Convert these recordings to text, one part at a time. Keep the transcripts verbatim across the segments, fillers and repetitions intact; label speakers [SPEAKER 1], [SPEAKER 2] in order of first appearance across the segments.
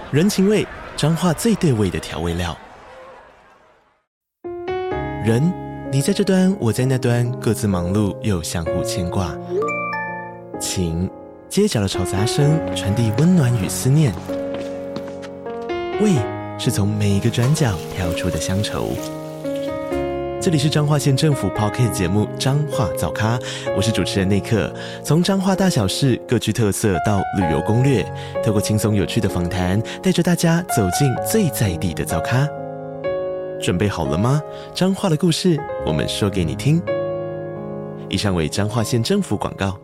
[SPEAKER 1] 人情味，彰化最对味的调味料。人，你在这端，我在那端，各自忙碌又相互牵挂。情，街角的吵杂声传递温暖与思念。味，是从每一个转角跳出的乡愁。这里是彰化县政府 Podcast 节目《彰化早咖》，我是主持人内克。从彰化大小事各具特色到旅游攻略，透过轻松有趣的访谈，带着大家走进最在地的早咖。准备好了吗？彰化的故事，我们说给你听。以上为彰化县政府广告。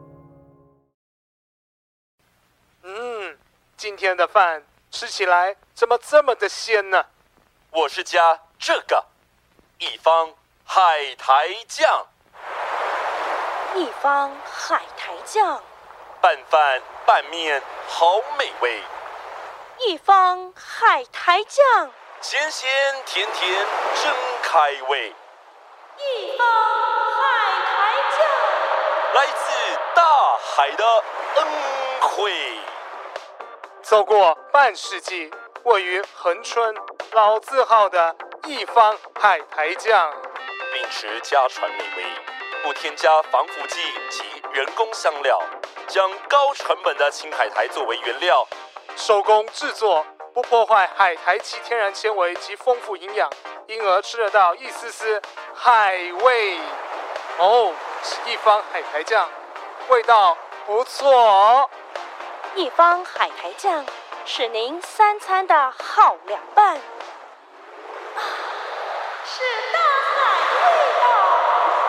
[SPEAKER 2] 嗯，今天的饭吃起来怎么这么的鲜呢？
[SPEAKER 3] 我是加这个。一方海苔酱，
[SPEAKER 4] 一方海苔酱，
[SPEAKER 3] 拌饭拌面好美味。
[SPEAKER 4] 一方海苔酱，
[SPEAKER 3] 咸咸甜甜真开胃。
[SPEAKER 4] 一方海苔酱，
[SPEAKER 3] 来自大海的恩惠。
[SPEAKER 2] 走过半世纪，位于恒春老字号的一方海苔酱，
[SPEAKER 3] 秉持家传美味，不添加防腐剂及人工香料，将高成本的青海苔作为原料，
[SPEAKER 2] 手工制作，不破坏海苔其天然纤维及丰富营养，因而吃得到一丝丝海味。哦，是一方海苔酱，味道不错哦。
[SPEAKER 4] 一方海苔酱是您三餐的好凉拌。是大海味道。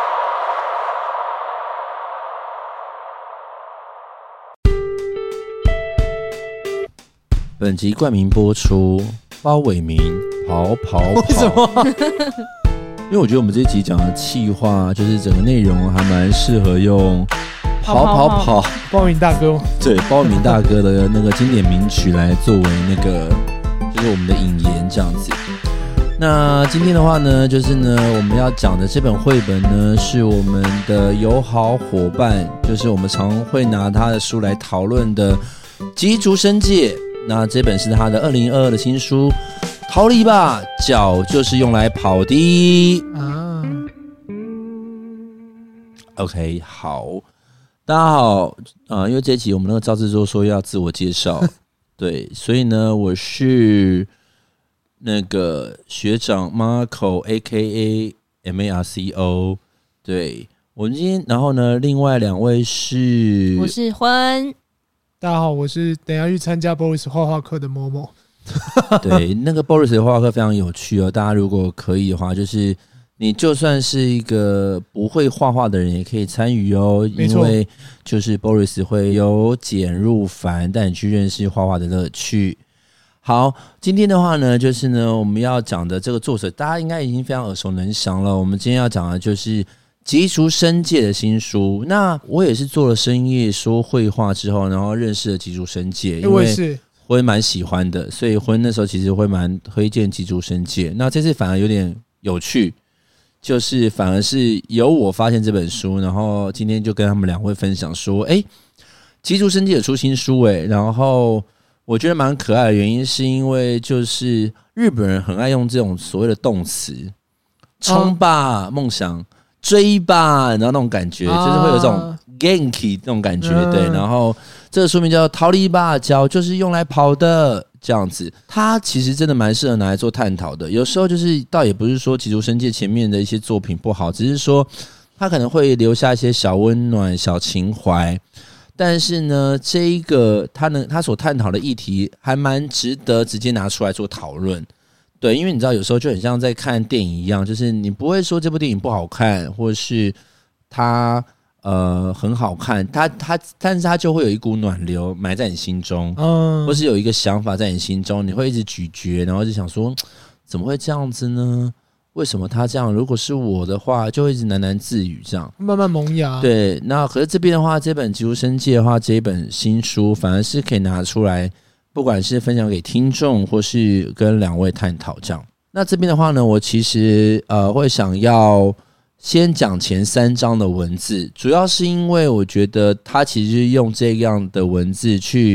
[SPEAKER 5] 本集冠名播出包伟明跑跑跑。
[SPEAKER 6] 为什么？
[SPEAKER 5] 因为我觉得我们这一集讲的企划，就是整个内容还蛮适合用跑跑跑
[SPEAKER 6] 包伟明大哥，
[SPEAKER 5] 对，包伟明大哥的那个经典名曲来作为那个就是我们的引言这样子。那今天的话呢，就是呢，我们要讲的这本绘本呢，是我们的友好伙伴，就是我们常会拿他的书来讨论的吉竹伸介。那这本是他的二零二二的新书《逃离吧，脚就是用来跑的》啊。OK， 好，大家好啊、呃，因为这一集我们那个赵制作说要自我介绍，对，所以呢，我是。那个学长 Marco A K A M A R C O， 对，我们今天，然后呢，另外两位是，
[SPEAKER 7] 我是欢，
[SPEAKER 6] 大家好，我是等一下去参加 Boris 画画课的某某。
[SPEAKER 5] 对，那个 Boris 的画画课非常有趣哦，大家如果可以的话，就是你就算是一个不会画画的人也可以参与哦，因为就是 Boris 会由简入繁，带你去认识画画的乐趣。好，今天的话呢，就是呢，我们要讲的这个作者，大家应该已经非常耳熟能详了。我们今天要讲的就是吉竹伸介的新书。那我也是做了深夜说绘画之后，然后认识了吉竹伸介，因为我也蛮喜欢的，所以婚那时候其实会蛮推荐吉竹伸介。那这次反而有点有趣，就是反而是由我发现这本书，然后今天就跟他们两位分享说，哎，吉竹伸介有出新书哎，然后。我觉得蛮可爱的原因是因为就是日本人很爱用这种所谓的动词，冲吧梦想，追吧，然后那种感觉、啊、就是会有这种 genki 那种感觉、嗯、对，然后这个书名叫逃离吧，脚就是用来跑的这样子，它其实真的蛮适合拿来做探讨的。有时候就是倒也不是说吉竹伸介前面的一些作品不好，只是说它可能会留下一些小温暖、小情怀。但是呢，这一个他呢，他所探讨的议题还蛮值得直接拿出来做讨论，对，因为你知道有时候就很像在看电影一样，就是你不会说这部电影不好看，或是它呃很好看，它它但是它就会有一股暖流埋在你心中，嗯，或是有一个想法在你心中，你会一直咀嚼，然后就想说怎么会这样子呢？为什么他这样？如果是我的话，就会一直喃喃自语这样，
[SPEAKER 6] 慢慢萌芽。
[SPEAKER 5] 对，那可是这边的话，这本吉竹伸介的话，这一本新书反而是可以拿出来，不管是分享给听众，或是跟两位探讨这样。那这边的话呢，我其实呃会想要先讲前三章的文字，主要是因为我觉得他其实用这样的文字去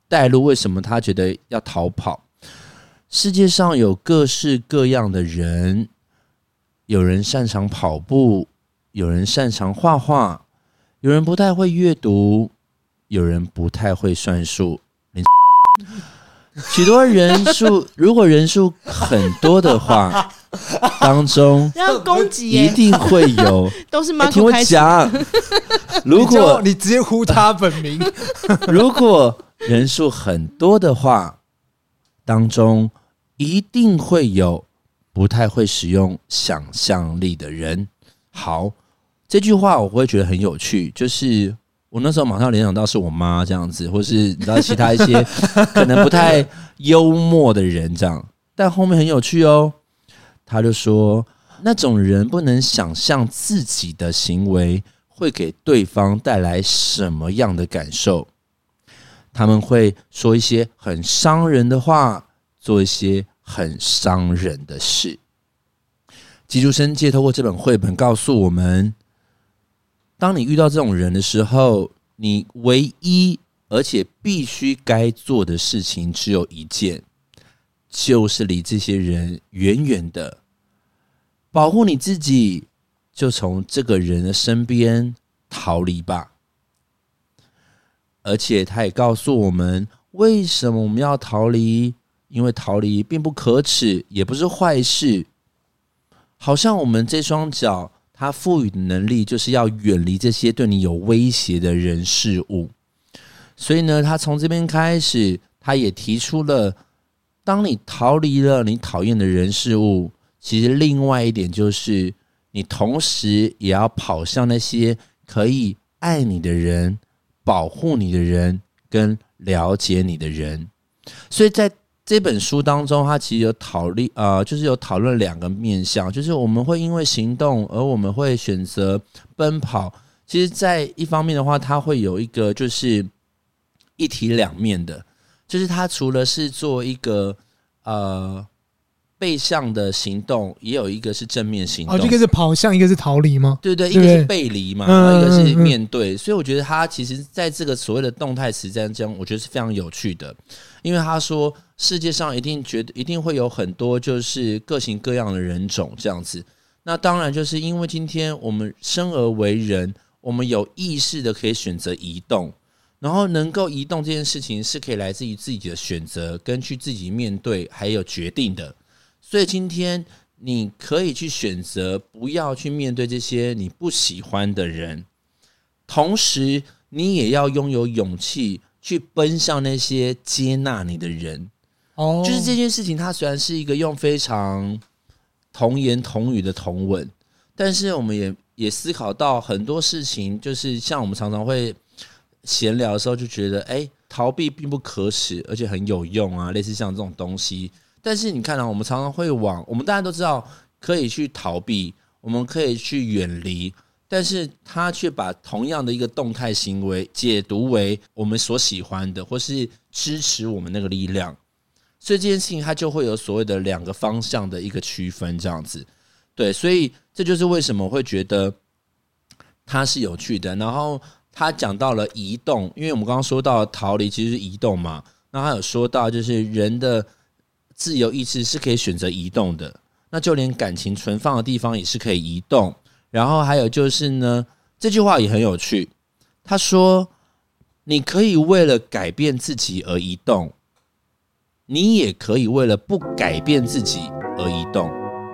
[SPEAKER 5] 带入为什么他觉得要逃跑。世界上有各式各样的人，有人擅长跑步，有人擅长画画，有人不太会阅读，有人不太会算数。许多人数，如果人数很多的话，当中
[SPEAKER 7] 要攻击
[SPEAKER 5] 一定会有
[SPEAKER 7] 都是
[SPEAKER 5] Marco 听我讲，如果
[SPEAKER 6] 你, 你直接呼他本名，
[SPEAKER 5] 如果人数很多的话，当中一定会有不太会使用想象力的人。好，这句话我会觉得很有趣，就是我那时候马上联想到是我妈这样子，或是你知道其他一些可能不太幽默的人这样，但后面很有趣哦。他就说，那种人不能想象自己的行为会给对方带来什么样的感受，他们会说一些很伤人的话，做一些很伤人的事。吉竹伸介透过这本绘本告诉我们，当你遇到这种人的时候，你唯一而且必须该做的事情只有一件，就是离这些人远远的，保护你自己，就从这个人的身边逃离吧。而且他也告诉我们，为什么我们要逃离，因为逃离并不可耻，也不是坏事。好像我们这双脚他赋予的能力就是要远离这些对你有威胁的人事物。所以呢，他从这边开始，他也提出了，当你逃离了你讨厌的人事物，其实另外一点就是你同时也要跑向那些可以爱你的人，保护你的人，跟了解你的人。所以在这本书当中，他其实有讨论，呃，就是有讨论两个面向，就是我们会因为行动而我们会选择奔跑。其实，在一方面的话，他会有一个就是一体两面的，就是他除了是做一个呃背向的行动，也有一个是正面行动。
[SPEAKER 6] 哦，一个是跑向，一个是逃离吗？
[SPEAKER 5] 对 对, 对，
[SPEAKER 6] 对对，
[SPEAKER 5] 一个是背离嘛，
[SPEAKER 6] 嗯、
[SPEAKER 5] 一个是面对、嗯。所以我觉得他其实在这个所谓的动态实战中，我觉得是非常有趣的，因为他说世界上一定觉得一定会有很多就是各型各样的人种这样子。那当然就是因为今天我们生而为人，我们有意识的可以选择移动。然后能够移动这件事情是可以来自于自己的选择跟去自己面对还有决定的。所以今天你可以去选择不要去面对这些你不喜欢的人，同时你也要拥有勇气去奔向那些接纳你的人。哦，就是这件事情它虽然是一个用非常童言童语的童文，但是我们也也思考到很多事情，就是像我们常常会闲聊的时候就觉得，哎，逃避并不可耻，而且很有用啊，类似像这种东西。但是你看啊，我们常常会往，我们大家都知道可以去逃避，我们可以去远离，但是他却把同样的一个动态行为解读为我们所喜欢的，或是支持我们那个力量。所以这件事情它就会有所谓的两个方向的一个区分，这样子。对，所以这就是为什么我会觉得它是有趣的。然后他讲到了移动，因为我们刚刚说到逃离其实是移动嘛，那他有说到就是人的自由意志是可以选择移动的，那就连感情存放的地方也是可以移动。然后还有就是呢，这句话也很有趣，他说你可以为了改变自己而移动，你也可以为了不改变自己而移动。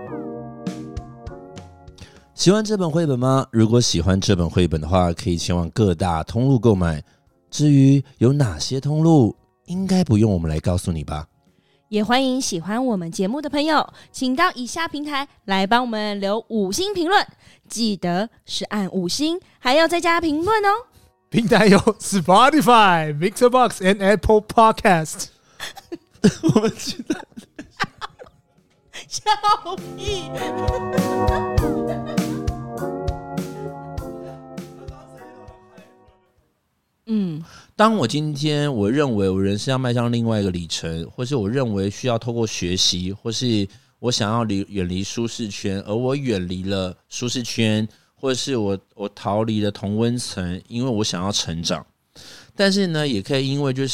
[SPEAKER 5] 喜欢这本绘本吗？如果喜欢这本绘本的话，可以前往各大通路购买。至于有哪些通路，应该不用我们来告诉你吧。
[SPEAKER 7] 也欢迎喜欢我们节目的朋友，请到以下平台来帮我们留五星评论，记得是按五星，还要再加评论哦。
[SPEAKER 6] 平台有 Spotify、Mixerbox and Apple Podcast。
[SPEAKER 5] 我们记得
[SPEAKER 7] 笑屁。嗯，
[SPEAKER 5] 当我今天我认为我人生要迈向另外一个里程，或是我认为需要透过学习，或是我想要离远离舒适圈，而我远离了舒适圈，或者是我我逃离了同温层，因为我想要成长。但是呢，也可以因为就是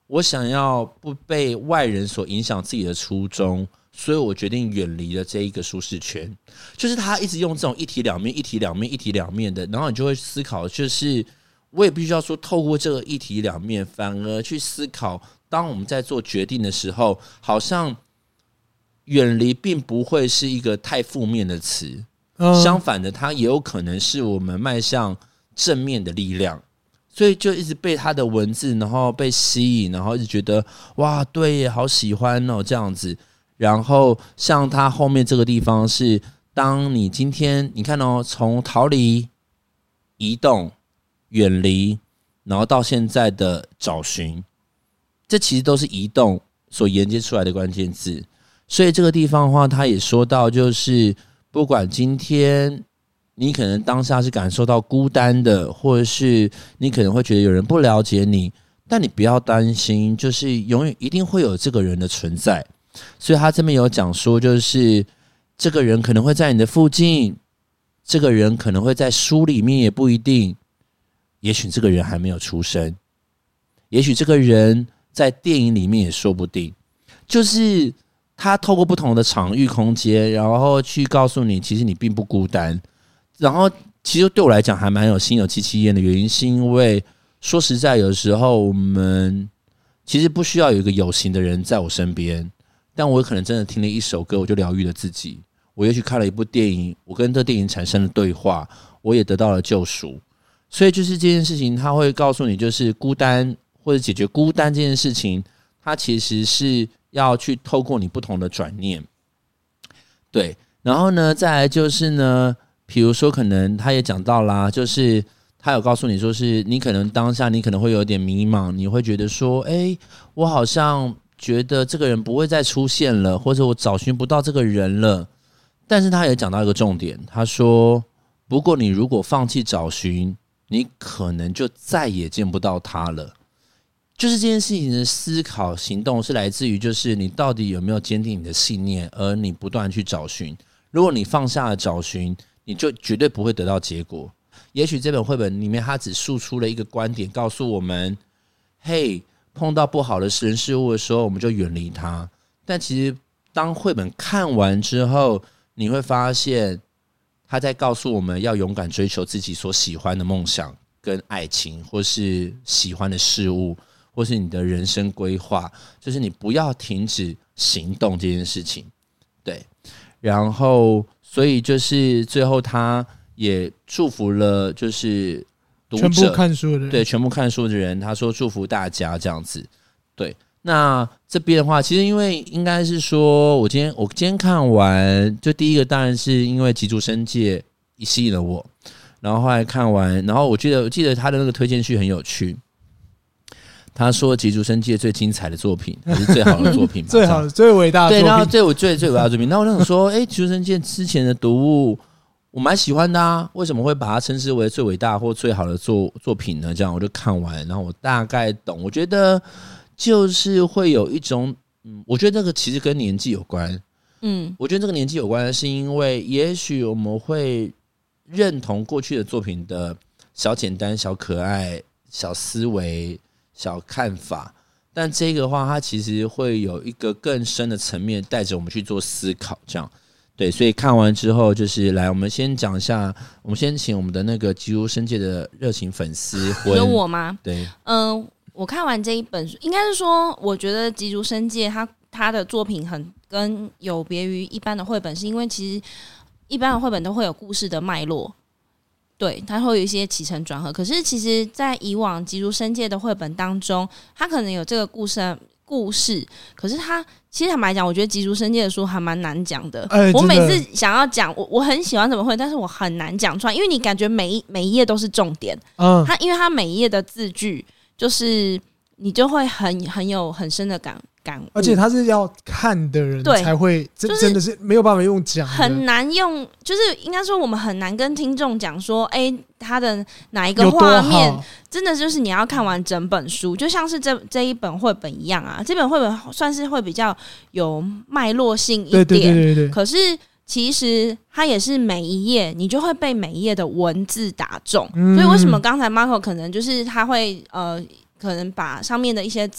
[SPEAKER 5] 我想要不被外人所影响自己的初衷，所以我决定远离了这一个舒适圈。就是他一直用这种一体两面、一体两面、一体两面的，然后你就会思考，就是我也必须要说，透过这个一体两面，反而去思考，当我们在做决定的时候，好像远离并不会是一个太负面的词，嗯、相反的，它也有可能是我们迈向正面的力量。所以就一直被他的文字然后被吸引，然后一直觉得哇对耶，好喜欢哦这样子。然后像他后面这个地方是，当你今天你看哦，从逃离、移动、远离，然后到现在的找寻，这其实都是移动所连接出来的关键字。所以这个地方的话，他也说到，就是不管今天你可能当下是感受到孤单的，或者是你可能会觉得有人不了解你，但你不要担心，就是永远一定会有这个人的存在。所以他这边有讲说，就是这个人可能会在你的附近，这个人可能会在书里面，也不一定，也许这个人还没有出生，也许这个人在电影里面也说不定。就是他透过不同的场域空间，然后去告诉你其实你并不孤单。然后其实对我来讲还蛮有心有戚戚焉的原因，是因为说实在有时候我们其实不需要有一个有形的人在我身边，但我可能真的听了一首歌我就疗愈了自己，我也许看了一部电影，我跟这电影产生了对话，我也得到了救赎。所以就是这件事情他会告诉你，就是孤单或者解决孤单这件事情，它其实是要去透过你不同的转念。对，然后呢再来就是呢，比如说可能他也讲到啦，就是他有告诉你说，是你可能当下你可能会有点迷茫，你会觉得说诶，我好像觉得这个人不会再出现了，或者我找寻不到这个人了。但是他也讲到一个重点，他说不过你如果放弃找寻，你可能就再也见不到他了。就是这件事情的思考行动是来自于，就是你到底有没有坚定你的信念，而你不断去找寻。如果你放下了找寻，你就绝对不会得到结果。也许这本绘本里面它只述出了一个观点，告诉我们嘿，碰到不好的人事物的时候我们就远离它。但其实当绘本看完之后，你会发现他在告诉我们要勇敢追求自己所喜欢的梦想跟爱情，或是喜欢的事物，或是你的人生规划，就是你不要停止行动这件事情。对，然后所以就是最后他也祝福了就是读者，
[SPEAKER 6] 全部看书的人，
[SPEAKER 5] 对，全部看书的人，他说祝福大家这样子。对，那这边的话，其实因为应该是说我今天我今天看完，就第一个当然是因为吉竹伸介吸引了我，然后后来看完，然后我记得我记得他的那个推荐序很有趣。他说吉竹伸介最精彩的作品还是最好的作品吧
[SPEAKER 6] 最好的最伟大的作品，
[SPEAKER 5] 对，然后最我最最伟大的作品。那我想说诶，吉竹伸介之前的读物我蛮喜欢的啊，为什么会把它称之为最伟大或最好的作作品呢？这样我就看完，然后我大概懂，我觉得就是会有一种嗯，我觉得这个其实跟年纪有关。嗯，我觉得这个年纪有关是因为也许我们会认同过去的作品的小简单、小可爱、小思维、小看法，但这个的话它其实会有一个更深的层面带着我们去做思考，这样。对，所以看完之后就是来我们先讲一下，我们先请我们的那个吉竹伸介的热情粉丝
[SPEAKER 7] 有我吗？
[SPEAKER 5] 对，
[SPEAKER 7] 嗯、呃，我看完这一本书，应该是说我觉得吉竹伸介他他的作品很跟有别于一般的绘本，是因为其实一般的绘本都会有故事的脉络，对，它会有一些起承转合。可是其实在以往吉竹伸介的绘本当中，它可能有这个故事故事，可是它其实坦白讲，我觉得吉竹伸介的书还蛮难讲的、欸、我每次想要讲 我, 我很喜欢怎么会，但是我很难讲出来，因为你感觉每一每一页都是重点、嗯、它因为它每一页的字句就是你就会很很有很深的感感悟，
[SPEAKER 6] 而且他是要看的人才会，真、就是、真的是没有办法用讲的，
[SPEAKER 7] 很难用，就是应该说我们很难跟听众讲说，哎、欸，他的哪一个画面，真的就是你要看完整本书，就像是这这一本绘本一样啊。这本绘本算是会比较有脉络性一点，
[SPEAKER 6] 对对对对对。
[SPEAKER 7] 可是其实它也是每一页，你就会被每一页的文字打中。嗯、所以为什么刚才 Marco 可能就是他会呃。可能把上面的一些字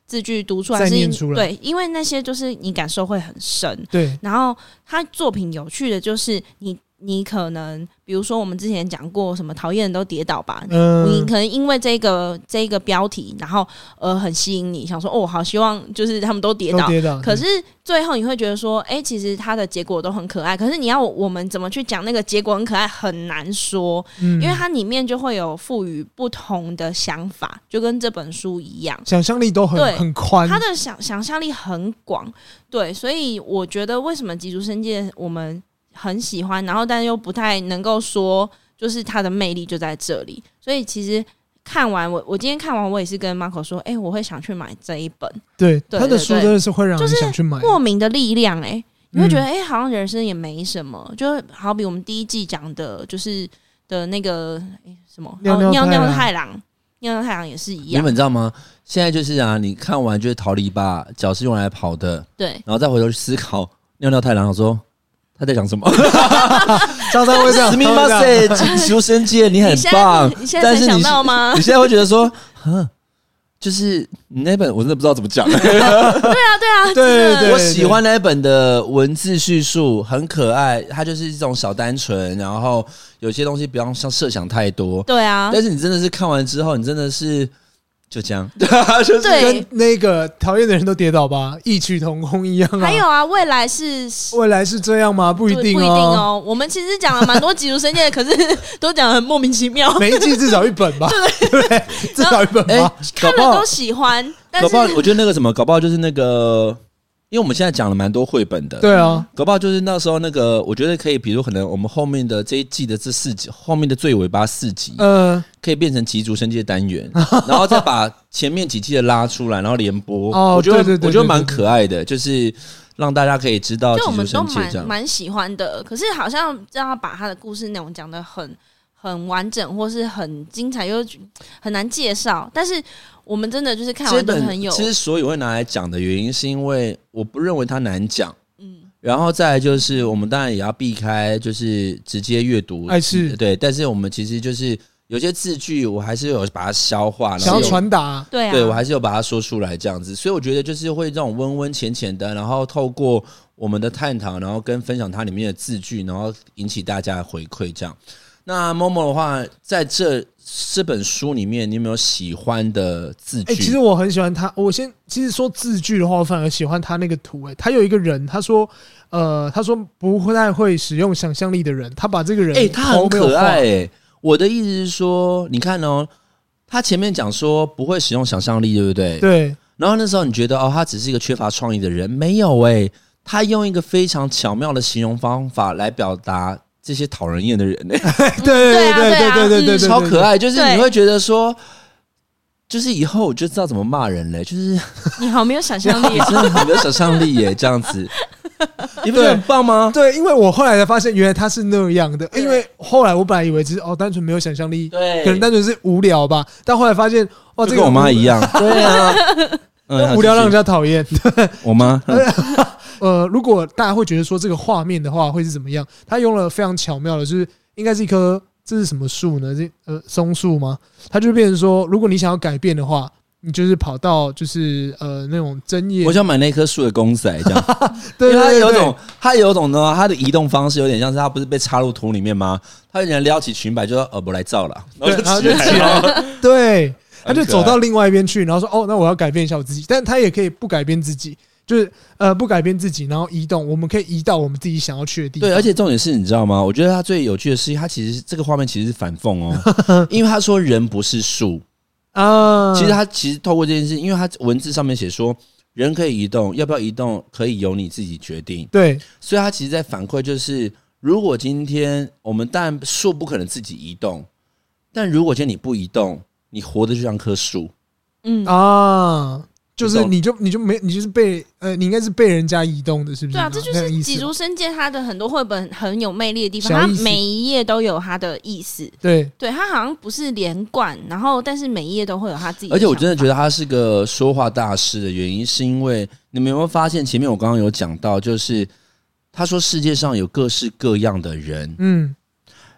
[SPEAKER 7] 字句读出来
[SPEAKER 6] 再
[SPEAKER 7] 是
[SPEAKER 6] 念出来，
[SPEAKER 7] 对，因为那些就是你感受会很深。
[SPEAKER 6] 对，
[SPEAKER 7] 然后他作品有趣的就是你。你可能比如说我们之前讲过什么讨厌人都跌倒吧，嗯，你可能因为这个这个标题，然后呃很吸引你，想说哦好希望就是他们都跌倒，
[SPEAKER 6] 都跌倒
[SPEAKER 7] 可是最后你会觉得说，哎、欸，其实他的结果都很可爱，可是你要我们怎么去讲那个结果很可爱很难说，嗯，因为它里面就会有赋予不同的想法，就跟这本书一样，
[SPEAKER 6] 想象力都很很宽，
[SPEAKER 7] 他的想想象力很广，对，所以我觉得为什么吉竹伸介我们很喜欢，然后但又不太能够说，就是它的魅力就在这里。所以其实看完我，我今天看完，我也是跟 Marco 说，哎、欸，我会想去买这一本。
[SPEAKER 6] 对，对他的书真的是会让人想去买，
[SPEAKER 7] 就是莫名的力量、欸，哎，你会觉得，哎、嗯欸，好像人生也没什么，就好比我们第一季讲的，就是的那个、欸、什么
[SPEAKER 6] 尿尿
[SPEAKER 7] 尿尿太郎，尿尿太郎也是一样。
[SPEAKER 5] 你们知道吗？现在就是啊，你看完就是逃离吧，脚是用来跑的，
[SPEAKER 7] 对，
[SPEAKER 5] 然后再回头去思考尿尿太郎，说。他在讲什么？
[SPEAKER 6] 常常会这样。
[SPEAKER 5] すみません，吉竹伸介，你很棒。
[SPEAKER 7] 你现在才想到吗？
[SPEAKER 5] 你现在会觉得说，哼，就是你那本我真的不知道怎么讲。
[SPEAKER 7] 对啊，对啊，
[SPEAKER 6] 对对对，
[SPEAKER 5] 我喜欢那本的文字叙述，很可爱。它就是这种小单纯，然后有些东西不要像设想太多。
[SPEAKER 7] 对啊，
[SPEAKER 5] 但是你真的是看完之后，你真的是。就这样，对啊，就是
[SPEAKER 6] 跟那个讨厌的人都跌倒吧，异曲同工一样啊。
[SPEAKER 7] 还有啊，未来是
[SPEAKER 6] 未来是这样吗？不一定哦，不一定
[SPEAKER 7] 哦。我们其实讲了蛮多吉竹伸介的，可是都讲得很莫名其妙。
[SPEAKER 6] 每一季至少一本吧，对不对？至少一本吧，欸、
[SPEAKER 7] 看了都喜欢。但是
[SPEAKER 5] 搞不好，我觉得那个什么，搞不好就是那个。因为我们现在讲了蛮多绘本的，
[SPEAKER 6] 对啊，
[SPEAKER 5] 搞不好就是那时候那个，我觉得可以，比如可能我们后面的这一季的这四集，后面的最尾巴四集，嗯、呃，可以变成吉竹伸介单元，然后再把前面几季的拉出来，然后连播。哦，我觉得对对对对对对我觉得蛮可爱的，就是让大家可以知道吉竹伸介这样。
[SPEAKER 7] 蛮喜欢的，可是好像让他把他的故事内容讲得很很完整，或是很精彩，又很难介绍，但是。我们真的就是看完都很有。
[SPEAKER 5] 其实所以会拿来讲的原因，是因为我不认为它难讲。嗯，然后再来就是我们当然也要避开就是直接阅读，
[SPEAKER 6] 哎是
[SPEAKER 5] 对，但是我们其实就是有些字句，我还是有把它消化，
[SPEAKER 6] 想要传达，
[SPEAKER 7] 对啊，
[SPEAKER 5] 对我还是有把它说出来这样子。所以我觉得就是会这种温温浅浅的，然后透过我们的探讨，然后跟分享它里面的字句，然后引起大家的回馈这样。那 Momo 的话，在这这本书里面，你有没有喜欢的字句？
[SPEAKER 6] 欸、其实我很喜欢他。我先其实说字句的话，我反而喜欢他那个图、欸。哎，他有一个人，他说，呃，他说不太会使用想象力的人，他把这个人，哎、欸，
[SPEAKER 5] 他很可爱、欸。我的意思是说，你看哦，他前面讲说不会使用想象力，对不对？
[SPEAKER 6] 对。
[SPEAKER 5] 然后那时候你觉得哦，他只是一个缺乏创意的人，没有哎、欸，他用一个非常巧妙的形容方法来表达。这些讨人厌的人呢、
[SPEAKER 6] 欸？对对对对对对对对，
[SPEAKER 5] 超可爱！就是你会觉得说，就是以后我就知道怎么骂人嘞。就是
[SPEAKER 7] 你好没有想象力，
[SPEAKER 5] 你真的很没有想象力耶，这样子，你不觉得很棒吗？
[SPEAKER 6] 对，因为我后来才发现，原来他是那样的。因为后来我本来以为只是哦，单纯没有想象力，
[SPEAKER 5] 对，
[SPEAKER 6] 可能单纯是无聊吧。但后来发现，哦，
[SPEAKER 5] 这跟我妈一样，对啊，
[SPEAKER 6] 嗯、无聊让人家讨厌。
[SPEAKER 5] 我妈。
[SPEAKER 6] 呃，如果大家会觉得说这个画面的话会是怎么样？他用了非常巧妙的，就是应该是一棵这是什么树呢？这呃松树吗？它就变成说，如果你想要改变的话，你就是跑到就是呃那种针叶。
[SPEAKER 5] 我想买那棵树的公仔，这样。
[SPEAKER 6] 对, 对, 对, 对，
[SPEAKER 5] 因为它有种，它有种呢，它的移动方式有点像是它不是被插入土里面吗？它有点撩起裙摆，就说呃不来照了，然后就起来了。
[SPEAKER 6] 对，他就走到另外一边去，然后说哦，那我要改变一下我自己，但他也可以不改变自己。就是呃不改变自己，然后移动，我们可以移到我们自己想要去的地方。
[SPEAKER 5] 对，而且重点是你知道吗？我觉得他最有趣的是，他其实这个画面其实是反讽哦，因为他说人不是树啊。其实他其实透过这件事，因为他文字上面写说人可以移动，要不要移动可以由你自己决定。
[SPEAKER 6] 对，
[SPEAKER 5] 所以他其实在反馈就是，如果今天我们当然树不可能自己移动，但如果今天你不移动，你活得就像棵树。
[SPEAKER 6] 嗯啊。就是你就你就没你就是被呃你应该是被人家移动的，是不是？
[SPEAKER 7] 对啊，这就是吉竹伸介他的很多绘本很有魅力的地方，他每一页都有他的意思。
[SPEAKER 6] 对，
[SPEAKER 7] 对他好像不是连贯，然后但是每一页都会有他自己的。
[SPEAKER 5] 而且我真的觉得他是个说话大师的原因，是因为你们有没有发现前面我刚刚有讲到，就是他说世界上有各式各样的人，嗯，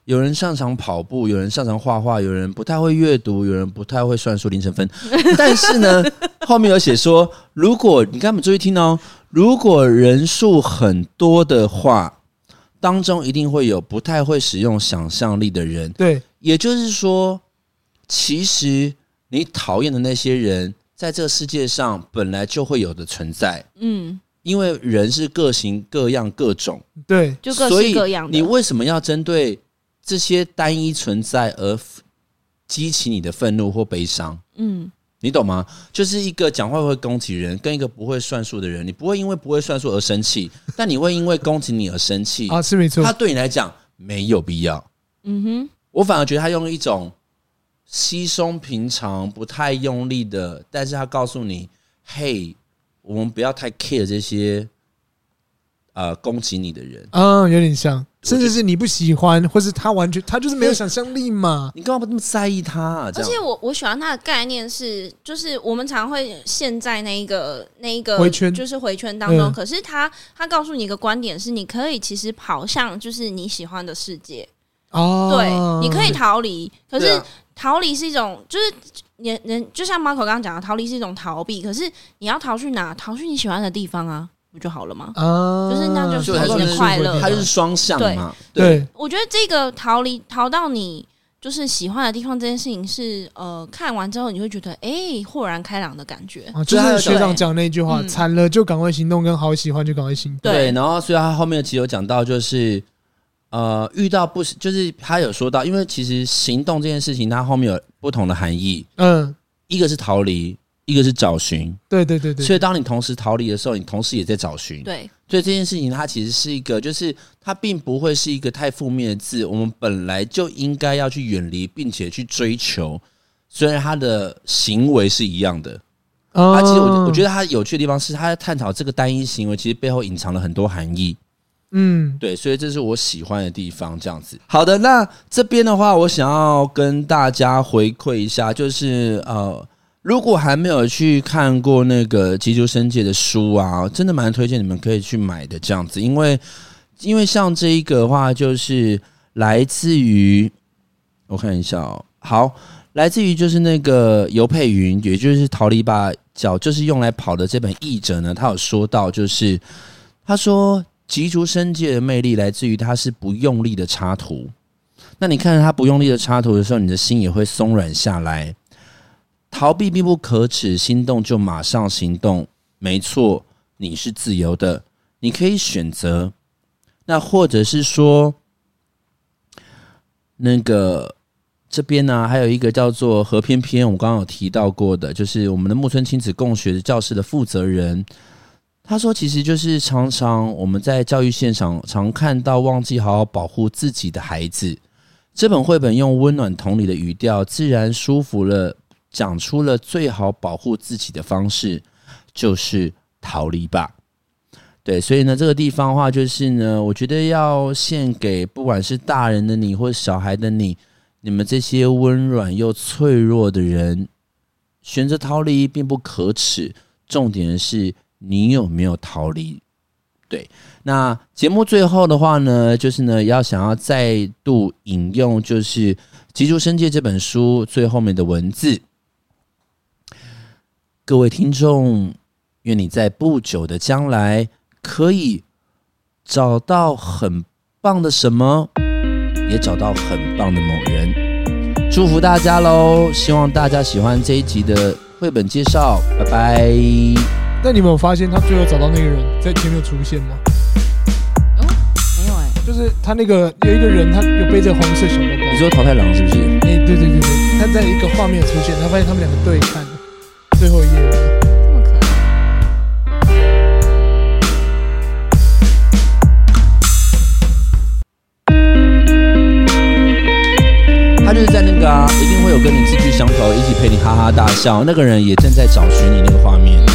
[SPEAKER 5] 有人擅长跑步，有人擅长画画，有人不太会阅读，有人不太会算数零成分。但是呢，后面有写说，如果你跟他们注意听哦，如果人数很多的话，当中一定会有不太会使用想象力的人。
[SPEAKER 6] 对，
[SPEAKER 5] 也就是说，其实你讨厌的那些人，在这个世界上本来就会有的存在。嗯。因为人是各型各样各种，
[SPEAKER 6] 对，
[SPEAKER 7] 就各式各样的。
[SPEAKER 5] 所以你为什么要针对这些单一存在而激起你的愤怒或悲伤？嗯，你懂吗？就是一个讲话会攻击人，跟一个不会算数的人，你不会因为不会算数而生气，但你会因为攻击你而生气
[SPEAKER 6] 啊，是没错。
[SPEAKER 5] 他对你来讲没有必要。嗯哼，我反而觉得他用一种稀松平常、不太用力的，但是他告诉你，嘿。我们不要太 care 这些呃攻击你的人，
[SPEAKER 6] 嗯，有点像，甚至是你不喜欢，或是他完全他就是没有想象力嘛，
[SPEAKER 5] 你干嘛那么在意他、啊？
[SPEAKER 7] 而且我我喜欢他的概念是，就是我们常会陷在那一个那一个
[SPEAKER 6] 回圈，
[SPEAKER 7] 就是回圈当中。嗯、可是他他告诉你一个观点是，你可以其实跑向就是你喜欢的世界哦，对，你可以逃离，可是逃离是一种就是。人人就像 Marco 刚刚讲的，逃离是一种逃避，可是你要逃去哪？逃去你喜欢的地方啊，不就好了吗？啊，就是那就是你的快乐，
[SPEAKER 5] 它就是双向嘛。
[SPEAKER 6] 对，对
[SPEAKER 7] 我觉得这个逃离逃到你就是喜欢的地方这件事情是呃，看完之后你会觉得哎、欸，豁然开朗的感觉。
[SPEAKER 6] 啊、就是学长讲那句话，惨了就赶快行动，跟好喜欢就赶快行动。
[SPEAKER 5] 对，然后所以他后面其实有讲到就是。呃，遇到不就是他有说到，因为其实行动这件事情，它后面有不同的含义。嗯，一个是逃离，一个是找寻。
[SPEAKER 6] 对对对对。
[SPEAKER 5] 所以当你同时逃离的时候，你同时也在找寻。
[SPEAKER 7] 对。
[SPEAKER 5] 所以这件事情它其实是一个，就是它并不会是一个太负面的字，我们本来就应该要去远离，并且去追求。虽然他的行为是一样的，哦、他其实我我觉得他有趣的地方是，他在探讨这个单一行为，其实背后隐藏了很多含义。嗯，对，所以这是我喜欢的地方，这样子。好的，那这边的话，我想要跟大家回馈一下，就是呃，如果还没有去看过那个吉竹伸介的书啊，真的蛮推荐你们可以去买的，这样子，因为因为像这一个的话，就是来自于我看一下哦，好，来自于就是那个游佩云，也就是逃离吧脚就是用来跑的这本译者呢，他有说到，就是他说。吉竹伸介的魅力来自于它是不用力的插图，那你看着它不用力的插图的时候，你的心也会松软下来。逃避并不可耻，心动就马上行动。没错，你是自由的，你可以选择。那或者是说，那个这边呢、啊，还有一个叫做何翩翩，我刚刚有提到过的，就是我们的木村亲子共学教室的负责人。他说其实就是常常我们在教育现场常看到忘记好好保护自己的孩子。这本绘本用温暖同理的语调，自然舒服了，讲出了最好保护自己的方式，就是逃离吧。对，所以呢，这个地方的话，就是呢，我觉得要献给不管是大人的你或小孩的你，你们这些温软又脆弱的人，选择逃离并不可耻，重点是你有没有逃离。对，那节目最后的话呢，就是呢，要想要再度引用，就是吉竹伸介这本书最后面的文字。各位听众，愿你在不久的将来可以找到很棒的什么，也找到很棒的某人。祝福大家咯，希望大家喜欢这一集的绘本介绍，拜拜。
[SPEAKER 6] 那你们有发现他最后找到那个人在前面有出现吗？
[SPEAKER 7] 哦，没有哎、欸，
[SPEAKER 6] 就是他那个有一个人，他有背着黄色小包包。
[SPEAKER 5] 你说桃太郎是不是？
[SPEAKER 6] 哎、欸，对对对对，他在一个画面出现，他发现他们两个对看，最后一页了。
[SPEAKER 7] 这么可爱。
[SPEAKER 5] 他就是在那个啊，一定会有跟你志趣相投，一起陪你哈哈大笑，那个人也正在找寻你那个画面。